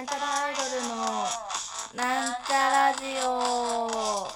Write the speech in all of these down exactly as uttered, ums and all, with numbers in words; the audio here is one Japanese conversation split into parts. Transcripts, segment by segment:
なんちゃらアイドルのなんちゃラジオ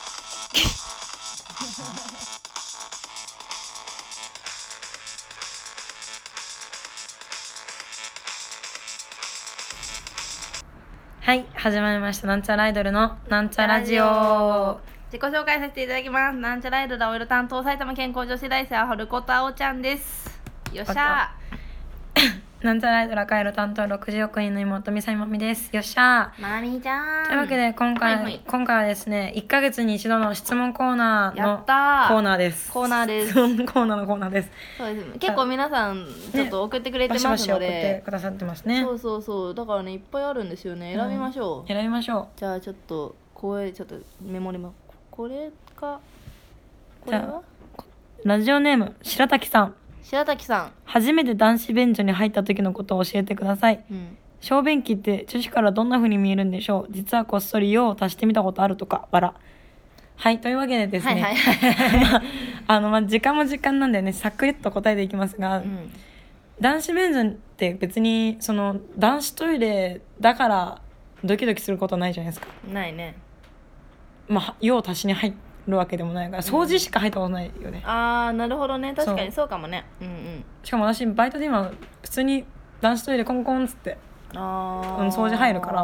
はい、始まりましたなんちゃらアイドルのなんちゃラジオ。 自己紹介させていただきます。なんちゃらアイドル青色担当埼玉健康女子大生はることあおちゃんです。よっしゃなんちゃらアイドル赤色担当ろくじゅうおく人の妹みさみまみです。よっしゃーまみちゃん。 というわけで今回、はいはい、今回はですねいっかげつに一度の質問コーナーのコーナーですコーナーです質問コーナーのコーナーです。 そうです。結構皆さんちょっと送ってくれてますので、ね、バシバシ送ってくださってますね。 そうそうそう、だからねいっぱいあるんですよね。選びましょう、 うん、選びましょう。 じゃあちょっと声ちょっとメモります。これかこれはラジオネーム白滝さん。 白滝さん、 初めて男子便所に入った時のことを教えてください。うん、小便器って女子からどんな風に見えるんでしょう。実はこっそり用を足してみたことあるとか。わら。はい、というわけでですね、はいはいはいあのまあ時間も時間なんでね、さっくりと答えていきますが、うん、男子便所って別にその男子トイレだからドキドキすることないじゃないですか。 ないね。 まあ用を足しに入るわけでもないから、掃除しか入ったことないよね。 うん、ああなるほどね、確かにそうかもね。うんうん。 しかも私バイトで今普通に男子トイレコンコンっつってあ、うん、掃除入るから。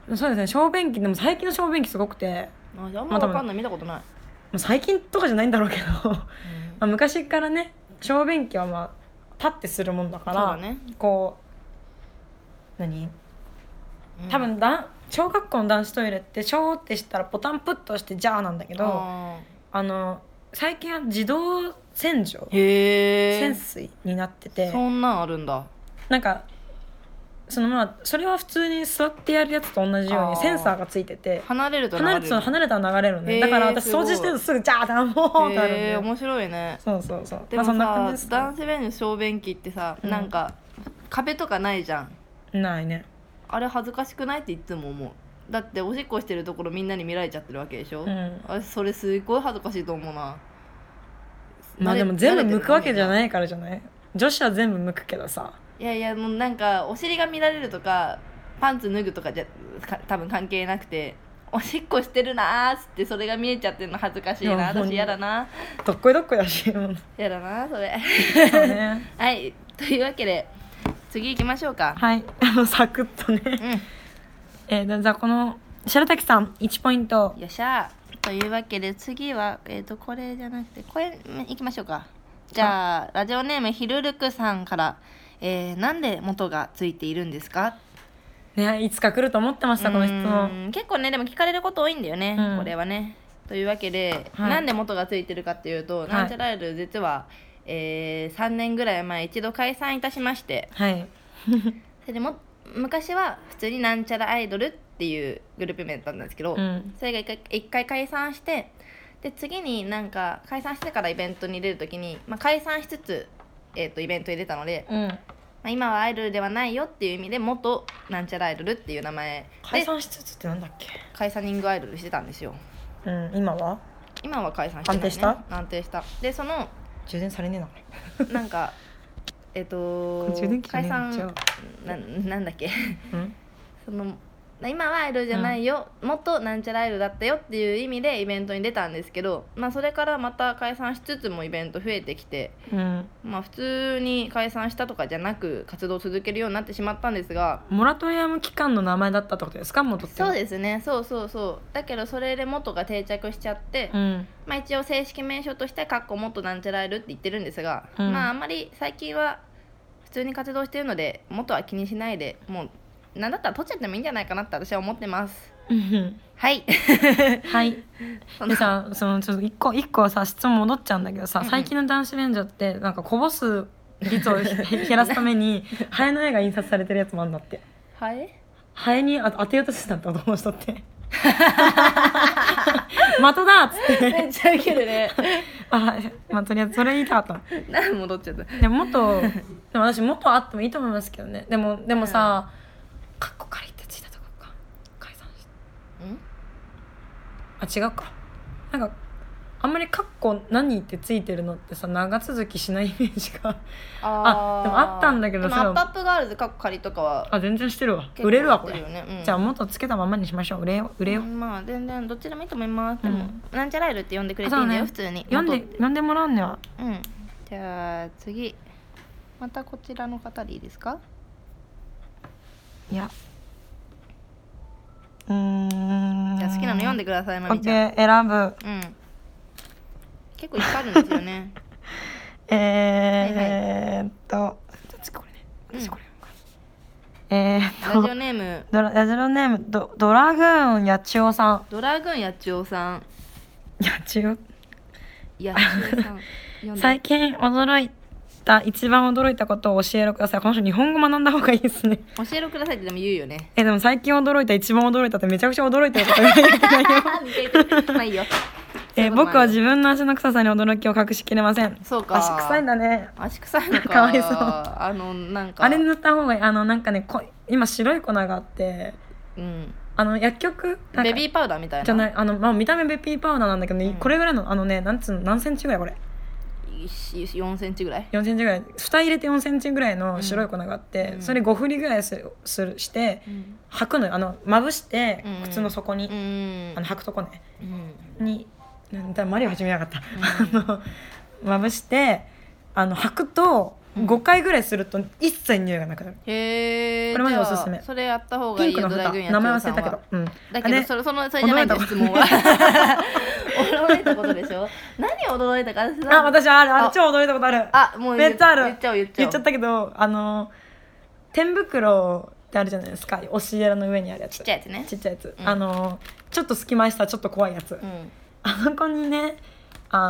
そうですね、小便器でも最近の小便器すごくて、 あじゃああんま分かんない、見たことない。もう最近とかじゃないんだろうけど、うんまあ、昔からね小便器はまあ立ってするもんだから、そうだね、こう何多分だ小学校の男子トイレってショーってしたらボタンプッと押してジャーなんだけど、ああの最近は自動洗浄へ潜水になってて、 そんなんあるんだ。 なんかそのまあそれは普通に座ってやるやつと同じようにセンサーがついてて、 離れると流れる、離れる離れたら流れるね。だから私掃除してるとすぐジャーってもうってなるんで。 へー面白いね。 そうそうそう。 でもさ、 まあ、そ男子便所小便器ってさ、うん、なんか壁とかないじゃん。ないね。 あれ恥ずかしくないっていつも思う。だっておしっこしてるところみんなに見られちゃってるわけでしょ、うん、あれそれすごい恥ずかしいと思うな。 まあでも全部向くわけじゃないからじゃない。女子は全部向くけどさ、 いやいやもうなんかお尻が見られるとかパンツ脱ぐとかじゃ多分関係なくて、おしっこしてるなーっつってそれが見えちゃってるの恥ずかしいな。私やだな、 どっこいどっこいだしやだなそれそうねはいというわけで次行きましょうか。 はいサクッとね、うんえー、じゃあこの白滝さんいちポイント。 よっしゃ。というわけで次は、えー、とこれじゃなくてこれいきましょうか。じゃあラジオネームひるるくさんから、えー、なんで元がついているんですか。 ね、いつか来ると思ってました、この質問。 結構ねでも聞かれること多いんだよね、うん、これはね。というわけで、はい、なんで元がついてるかっていうと、はい、なんちゃらアイドル実は、えー、さんねんぐらい前一度解散いたしまして、はい、それでも昔は普通になんちゃらアイドルっていうグループ名だったんですけど、うん、それが一回、一回解散して、で次になんか解散してからイベントに出るときに、まあ、解散しつつ、えー、とイベントに出たので、うんまあ、今はアイドルではないよっていう意味で元なんちゃらアイドルっていう名前で解散しつつってなんだっけ。 解散リングアイドルしてたんですよ、 うん、今は今は解散してない、ね、 安定した安定したでその充電されねえななんかえっ、ー、と解散 な, なんだっけその今はアイドルじゃないよ、うん、もっとなんちゃらアイドルだったよっていう意味でイベントに出たんですけど、まあ、それからまた解散しつつもイベント増えてきて、うんまあ、普通に解散したとかじゃなく活動を続けるようになってしまったんですが、 モラトリアム期間の名前だったってことですか、元って。 そうですね、そうそうそう。だけどそれで元が定着しちゃって、うんまあ、一応正式名称としてかっこ元なんちゃらアイドルって言ってるんですが、うん、まああんまり最近は普通に活動してるので元は気にしないで、もうなんだったら取っちゃってもいいんじゃないかなって私は思ってますはいはいでさ、そのちょっと一個一個さ質問戻っちゃうんだけどさ、うんうん、最近の男子便所ってなんかこぼす率を減らすためにハエの絵が印刷されてるやつもあるんだって。 ハエハエに当てようとしてたんだ男の人って的だっつってめっちゃウケるねあ、まあ、とりあえずそれ言いたかった何戻っちゃった。 でも元でも私元あってもいいと思いますけどね。でもでもさ、うんカッコ仮ってついたとこか解散してんあ違うかなんかあんまりカッコ何ってついてるのってさ長続きしないイメージがああでもあったんだけどさ、アップアップガールズカッコ仮とかはあ全然してるわ売れるわこれ、 ねうん、 じゃあもっとつけたままにしましょう売れよ売れよ、 うん、まあ全然どっちでもいいと思います、うん、でもなんちゃらえるって呼んでくれていいんだよ、ね、普通に呼んで呼んでもらうにはうんじゃあ次またこちらの方でいいですか。 いやうーんじゃあ好きなの読んでくださいまみちゃん。オッケー選ぶ。 うん結構いっぱいあるんですよねえーっと、はいはい、これね、私これ、うん、えーっとラジオネームドララジオネームドドラグーンやちおさんドラグーンやちおさんやちおやちおさん最近驚いた一番驚いたことを教えろください。この人日本語学んだ方がいいですね。 教えろくださいってでも言うよね。 えでも最近驚いた一番驚いたってめちゃくちゃ驚いてること言わなきゃいけないよまあいいよえー、僕は自分の足の臭さに驚きを隠しきれません。 そうか足臭いんだね。 足臭いのかかわいそうあのなんかあれ塗った方がいい。あのなんかねこ今白い粉があって、うん、あの薬局ベビーパウダーみたいなじゃないあの、まあ、見た目ベビーパウダーなんだけど、ねうん、これぐらいのあのねなんつうの何センチぐらいこれよんセンチぐらいよんセンチぐらい蓋入れてよんセンチぐらいの白い粉があって、うん、それご振りぐらいするするして、うん、履くのよあのまぶして靴の底に、うん、あの履くとこね、うん、にだマリオ始めなかった、うん、まぶしてあの履くとごかいぐらいすると一切匂いがなくなる。 へえ。 これマジおすすめ。 それやった方がいいよ。 ピンクの蓋名前忘れたけど、うん、 だけどそれそのそれじゃないんだ質問は驚いたことでしょ。何驚いたか。 あ私あるある超驚いたことある。 あもうめっちゃある。 言っちゃう言っちゃう言っちゃったけどあの天袋ってあるじゃないですか。押し入れの上にあるやつ。 ちっちゃいやつね。 ちっちゃいやつ、うん、あのちょっと隙間したらちょっと怖いやつ、うん、あの子にねあ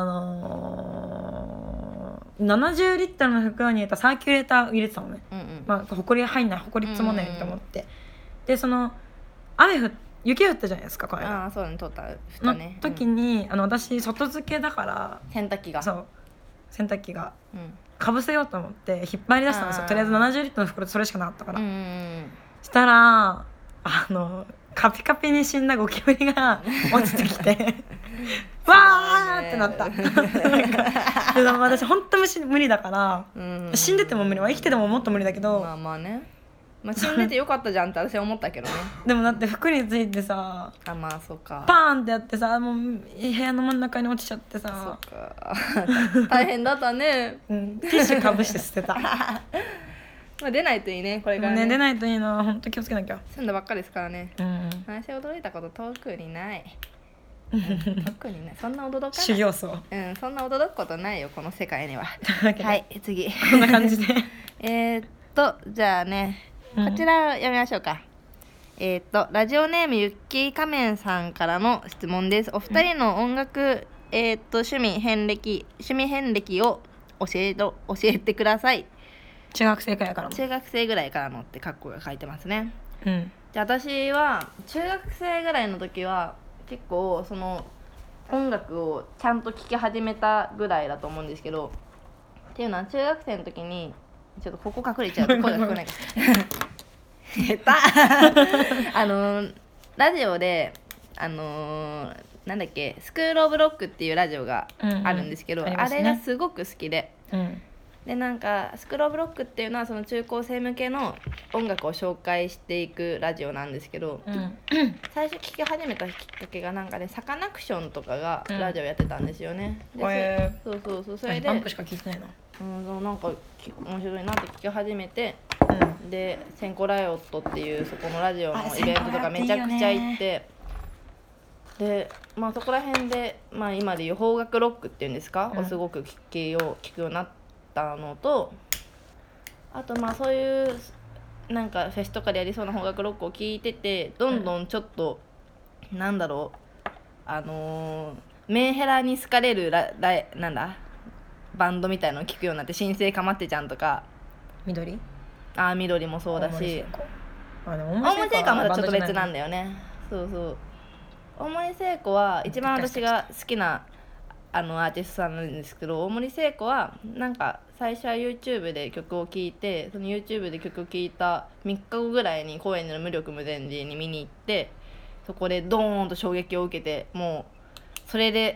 のー、ななじゅうリットルの袋に入れたサーキュレーター入れてたのね、うんうん、まあほこり入んないほこり積もんないと思って、うんうん、でその雨降雪降ったじゃないですかこれああそうね通った降ったねの時に、うん、あの私外付けだから洗濯機がそう洗濯機が、うん、かぶせようと思って引っ張り出したんですよ。とりあえずななじゅうリットルの袋でそれしかなかったから、うんうん、したらあのカピカピに死んだゴキブリが落ちてきてわーってなったでも私本当に無理だから、うん、死んでても無理は生きててももっと無理だけどまあまあね、まあ、死んでてよかったじゃんって私は思ったけどねでもだって服についてさあまあそうかパーンってやってさもう部屋の真ん中に落ちちゃってさそうか大変だったね、 うん、ティッシュかぶして捨てたまあ出ないといいねこれから ね, ね出ないといいな本当気をつけなきゃ。 住んだばっかですからね、うん、私驚いたこと特にないうん、特にねそんな驚かない修行僧うんそんな驚くことないよこの世界にははい次こんな感じでえっとじゃあねこちらを読みましょうか、うん、えー、っとラジオネームゆっきー仮面さんからの質問です。お二人の音楽、うん、えー、っと趣味遍歴趣味遍歴を教えろ教えてください。 中学生くらいからの中学生ぐらいからのってカッコが書いてますね、 うん、 じゃあ私は中学生ぐらいの時は結構その音楽をちゃんと聴き始めたぐらいだと思うんですけどっていうのは中学生の時にちょっとここ隠れちゃうと声が聞こえないから下手あのラジオであのなんだっけスクールオブロックっていうラジオがあるんですけど、うんうん あ, ね、あれがすごく好きで、うんでなんかスクールオブロックっていうのはその中高生向けの音楽を紹介していくラジオなんですけど、うん、最初聴き始めたきっかけがなんかねサカナクションとかがラジオやってたんですよね、うん、でえー、 そうそうそうそれでバンプしか聴いてないの、 うん、なんか面白いなって聴き始めて、うん、でセンコライオットっていうそこのラジオのイベントとかめちゃくちゃ行ってで、まあ、そこら辺で、まあ、今でいう邦楽ロックっていうんですか、うん、をすごく聴くようになってのとあとまあそういうなんかフェスとかでやりそうな邦楽ロックを聴いててどんどんちょっと、うん、なんだろうあのー、メンヘラに好かれるララなんだバンドみたいなのを聴くようになって新生かまってちゃんとか緑あ緑もそうだし大森聖子はまだちょっと別なんだよね。そうそう大森聖子は一番私が好きなあのアーティストさんなんですけど大森聖子はなんか最初は YouTube で曲を聴いてその YouTube で曲を聴いたみっかごぐらいに高円寺の無力無前寺に見に行ってそこでドーンと衝撃を受けてもうそれで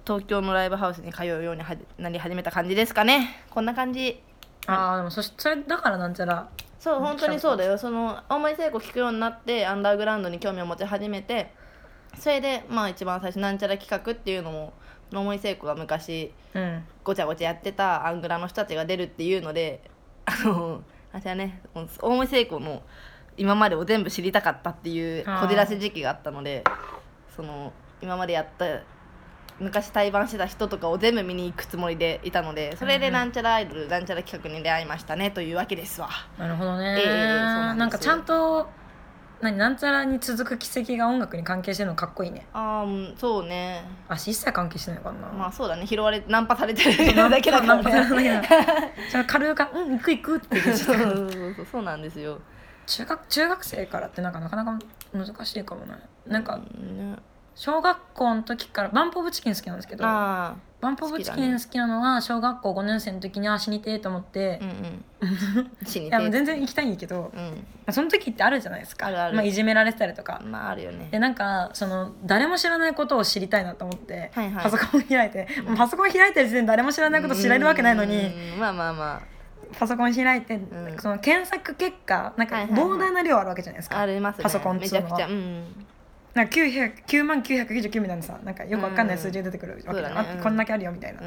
東京のライブハウスに通うようにはなり始めた感じですかね。こんな感じ。 ああでもそしそれだからなんちゃらそう本当にそうだよ。その大森聖子聞くようになってアンダーグラウンドに興味を持ち始めて、それでまあ一番最初なんちゃら企画っていうのも大森聖子が昔、うん、ごちゃごちゃやってたアングラの人たちが出るっていうので、あの私はね大森聖子の今までを全部知りたかったっていうこじらせ時期があったので、その今までやった昔対バンしてた人とかを全部見に行くつもりでいたので、それでなんちゃらアイドル、うん、なんちゃら企画に出会いましたねというわけですわ。 なるほどね、えー、そうなんなんかちゃんと何なんちゃらに続く奇跡が音楽に関係してるのかっこいいね。 ああ、うん、そうね。 あ一切関係してないのかな。 まあそうだね、拾われナンパされてるだけだからね。 じゃあ軽くうん行く行くって言ってそうそうそうそうなんですよ。 中学中学生からってなんかなかなか難しいかもね。なんか、うんね、小学校の時からバンプオブチキン好きなんですけど、あバンプオブチキン好きなのは小学校ごねん生の時にあ死にてえと思って、うんうん、死にてえいや全然行きたいんやけど、うん、その時ってあるじゃないですか。あるある、まあ、いじめられてたりとか、 まああるよね。 でなんかその誰も知らないことを知りたいなと思って、はいはい、パソコンを開いて、うん、パソコン開いてる時点で誰も知らないこと知られるわけないのに、 まあまあまあパソコン開いて、うん、その検索結果なんか膨大な量あるわけじゃないですか、 はいはいはい、ありますね、 パソコンっていうのはめちゃくちゃ、 うんなんかきゅうまんきゅうひゃくきゅうじゅうきゅうみたいなさ、なんかよくわかんない数字が出てくるわけじゃん、ね、こんだけあるよみたいな、うん、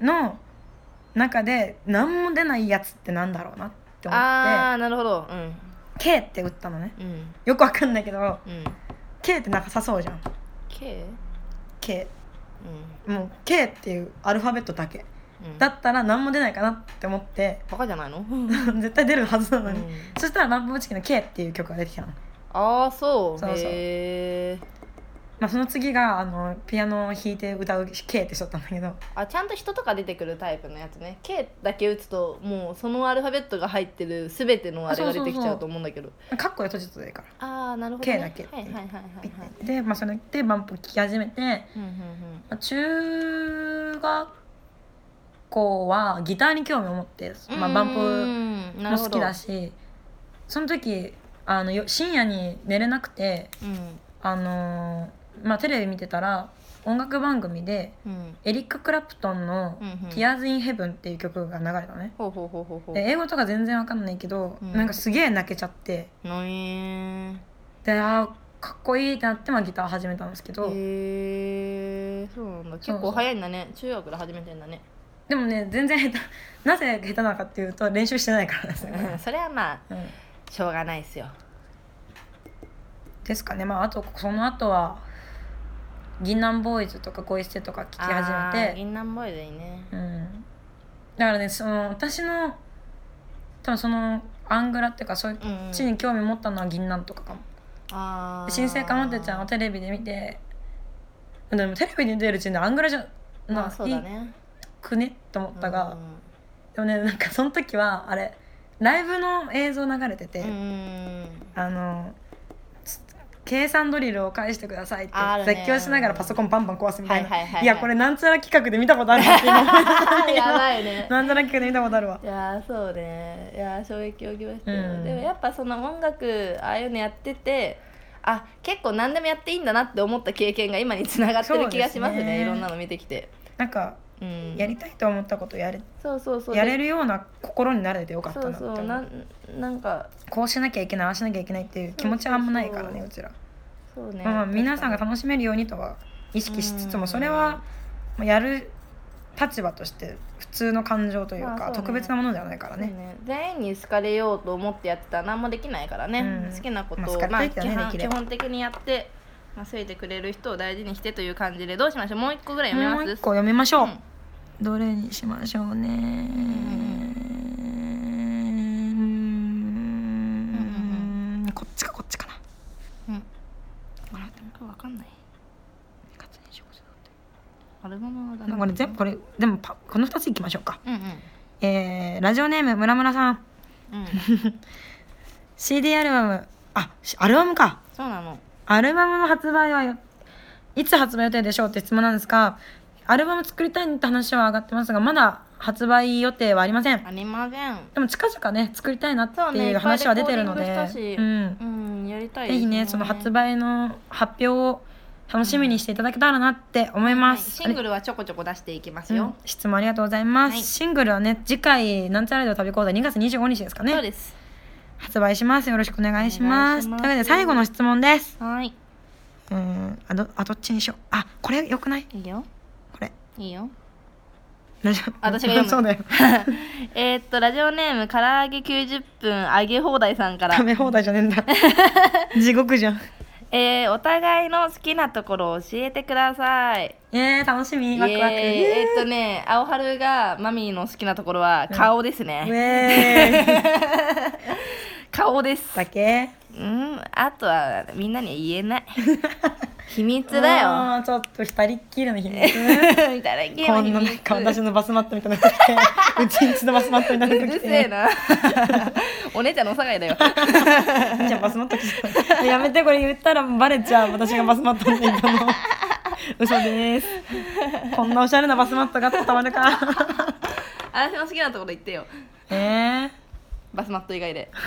の中で何も出ないやつってなんだろうなって思って、 あーなるほど、うん、 K って打ったのね、うん、よくわかんないけど、うん、K ってなんかさそうじゃん K? K、うん、もう K っていうアルファベットだけ、うん、だったら何も出ないかなって思って、 バカじゃないの絶対出るはずなのに、うん、そしたらバンプオブチキンの K っていう曲が出てきたの。 ああそうそうそう、 へー、 まあ、その次があのピアノを弾いて歌う K ってしとったんだけど、 あちゃんと人とか出てくるタイプのやつね。 K だけ打つともうそのアルファベットが入ってる全てのあれが出てきちゃうと思うんだけど、 カッコで閉じとでいいから、 ああなるほど、ね、 K だけって、 はいはいはいはい、はい、 で、まあ、それでバンプ聴き始めて、うんうんうん、まあ、中学校はギターに興味を持って、まあ、バンプも好きだし、その時あの深夜に寝れなくて、うん、あのーまあ、テレビ見てたら音楽番組で、うん、エリック・クラプトンの「Tears in Heaven」っていう曲が流れたね。で英語とか全然わかんないけど、うん、なんかすげえ泣けちゃって、うん、であかっこいいってなって、まあ、ギター始めたんですけど、へえそうなんだ、結構早いんだね。中学で始めてんだね。 でもね全然下手なぜ下手なのかっていうと練習してないからですよね。 それはまあ、うん、しょうがないですよですかね。まああとその後は銀杏ボーイズとかゴイステとか聴き始めて、 銀杏ボーイズいいね、 うん、だからねその私の多分そのアングラっていうかそっちに興味持ったのは銀杏とかかも、あ新生かまってちゃんをテレビで見て、でもテレビに出るうちにアングラじゃまあそうだねくねと思ったが、でもねなんかその時はあれライブの映像流れてて、あの計算ドリルを返してくださいって絶叫しながらパソコンバンバン壊すみたいな、はいはいはいはい、いやこれなんちゃら企画で見たことあるなって今やばいねなんちゃら企画で見たことあるわ。 いやそうね、いや衝撃を受けましたよ、うん、でもやっぱその音楽ああいうのやってて、あ結構何でもやっていいんだなって思った経験が今につながってる気がします ね, すねいろんなの見てきて、 なんか、うん、やりたいと思ったことやれそうそうそうやれるような心になれてよかったなって思う。そうそう な, なんかこうしなきゃいけないああしなきゃいけないっていう気持ちはあんまないからね、うちらそうね、まあ、皆さんが楽しめるようにとは意識しつつも、それはやる立場として普通の感情というか、まあそうね、特別なものではないから ね, ね全員に好かれようと思ってやってたら何もできないからね、うん、好きなことを、まあまあ、基, 本基本的にやって、まあ、好いてくれる人を大事にしてという感じで、どうしましょう。もう一個ぐらい読めます。 もう一個読みましょう、うん、どれにしましょうね、うんうん、こっちかこっちかな、うん分かんない。アルバムだね。 これ全部これでもパこのふたついきましょうか。うんうん、えー、ラジオネーム村村さん。うん、シーディー アルバムあアルバムか。 そうなの。 アルバムの発売はいつ発売予定でしょうって質問なんですが、アルバム作りたいって話は上がってますが、まだ発売予定はありません。 ありません。 でも近々ね作りたいなっていう話は出てるので、 うん、うん、やりたいですね。 ぜひねその発売の発表を楽しみにしていただけたらなって思います、 はい、シングルはちょこちょこ出していきますよ、うん、 質問ありがとうございます、はい、シングルはね次回なんちゃらラジオ旅講座にがつにじゅうごにちですかね。 そうです、 発売します。よろしくお願いします。というわけで最後の質問です。 はい。 うんあどあどっちにしよう。あこれよくない？ いいよ。 これいいよ。 ラジオ私が読む。 そうだよ。 えっとラジオネーム唐揚げきゅうじゅっぷん揚げ放題さんから。 食べ放題じゃねえんだ。地獄じゃん。 えー、お互いの好きなところを教えてください。 えー、楽しみ。ワクワク。 えー、っとね青春がマミーの好きなところは顔ですね。 うん、えー、 顔ですだけ。 うんあとはみんなには言えない。秘密だよ。 あちょっと二人っきりの秘密。 二人っきりの秘密。 こんななんか私のバスマットみたいなの着て、うちんちのバスマットになってきて。 うるせえな。お姉ちゃんのおさがいだよ。 お姉ちゃんバスマット着てた。やめてこれ言ったらバレちゃう。私がバスマットにいたの。嘘です。こんなおしゃれなバスマットが伝わるか。 私の好きなところ言ってよ。 えー、 バスマット以外で。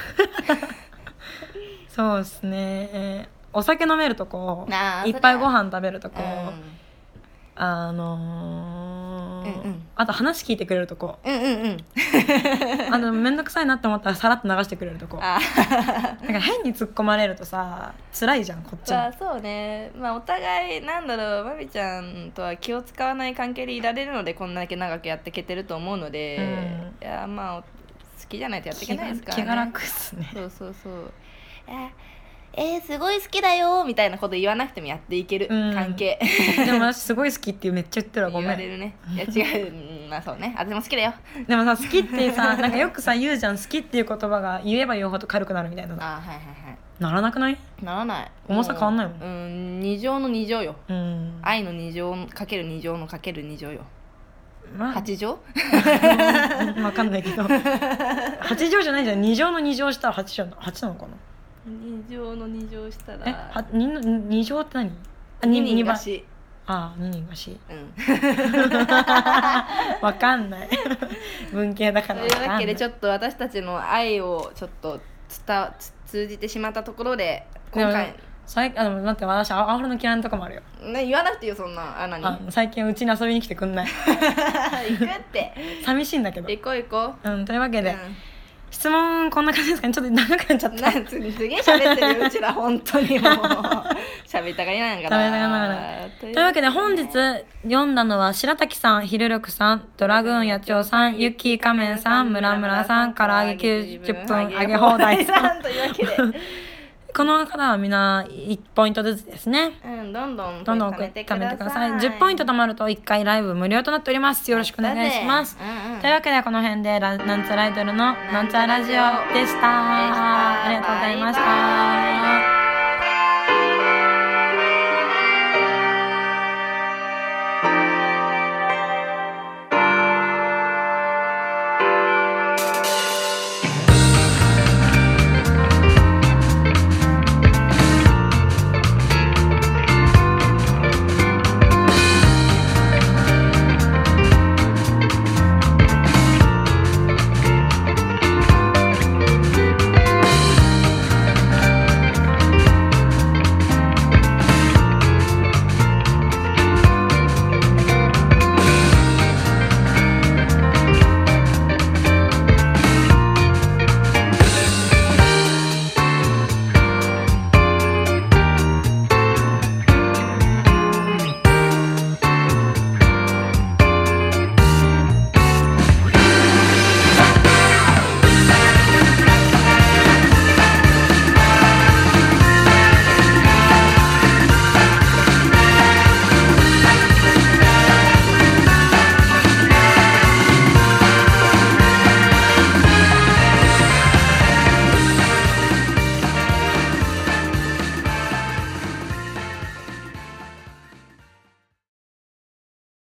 そうですね。えーお酒飲めるとこ、いっぱいご飯食べるとこ、うん、あのーうんうん、あと話聞いてくれるとこ、 うんうんうん、 あのめんどくさいなって思ったらさらっと流してくれるとこ。なんか変に突っ込まれるとさ辛いじゃんこっちも。 あそうね、まあ、お互いなんだろうまみちゃんとは気を使わない関係でいられるのでこんだけ長くやっていけてると思うので、うん、いやまあ好きじゃないとやっていけないですからね。 気が楽っすね。 そうそうそうええー、すごい好きだよみたいなこと言わなくてもやっていける、うん、関係。 でも私すごい好きってめっちゃ言ってるわ。ごめん。 言われるね。いや違う、まあそうね、私も好きだよ。 でもさ好きってさなんかよくさ言うじゃん、好きっていう言葉が言えば言うほど軽くなるみたいな。 あはいはいはい。 ならなくない？ ならない。 重さ変わんないもん。 うん二乗の二乗よ。 うん。 愛の二乗かける二乗のかける二乗よ。まあ、八乗？ わかんないけど。八乗じゃないじゃん。二乗の二乗したら八乗八なのかな？ 二乗の二乗したらえは二の二乗って何？ あ二人がし。 あ二人がし。 うん。 わかんない。文系だからわかんない。 というわけでちょっと私たちの愛をちょっと伝通じてしまったところで今回。 最あでもだって私青春の嫌いなとこもあるよ。 ね言わなくていいよそんな。あ何？ あ最近うちに遊びに来てくんない。 行くって。 寂しいんだけど。 行こう行こう。うんというわけで。うん質問こんな感じですかね。ちょっと長くなっちゃった。 なんすげえ喋ってるようちら本当にもう喋りたがりなんかな。 というわけで本日読んだのは白滝さん、ひるるくさん、ドラグーンやちおさん、ゆっきー仮面さん、むらむらさん、唐揚げきゅうじゅっぷん揚げ放題さんというわけでこの方はみんないちポイントずつですね。 うんどんどんどんどん送って貯めてください。じゅっポイント貯まるといっかいライブ無料となっております。よろしくお願いします。うんうん、というわけでこの辺でラなんちゃらアイドルのなんちゃらラジオでした。ありがとうございました。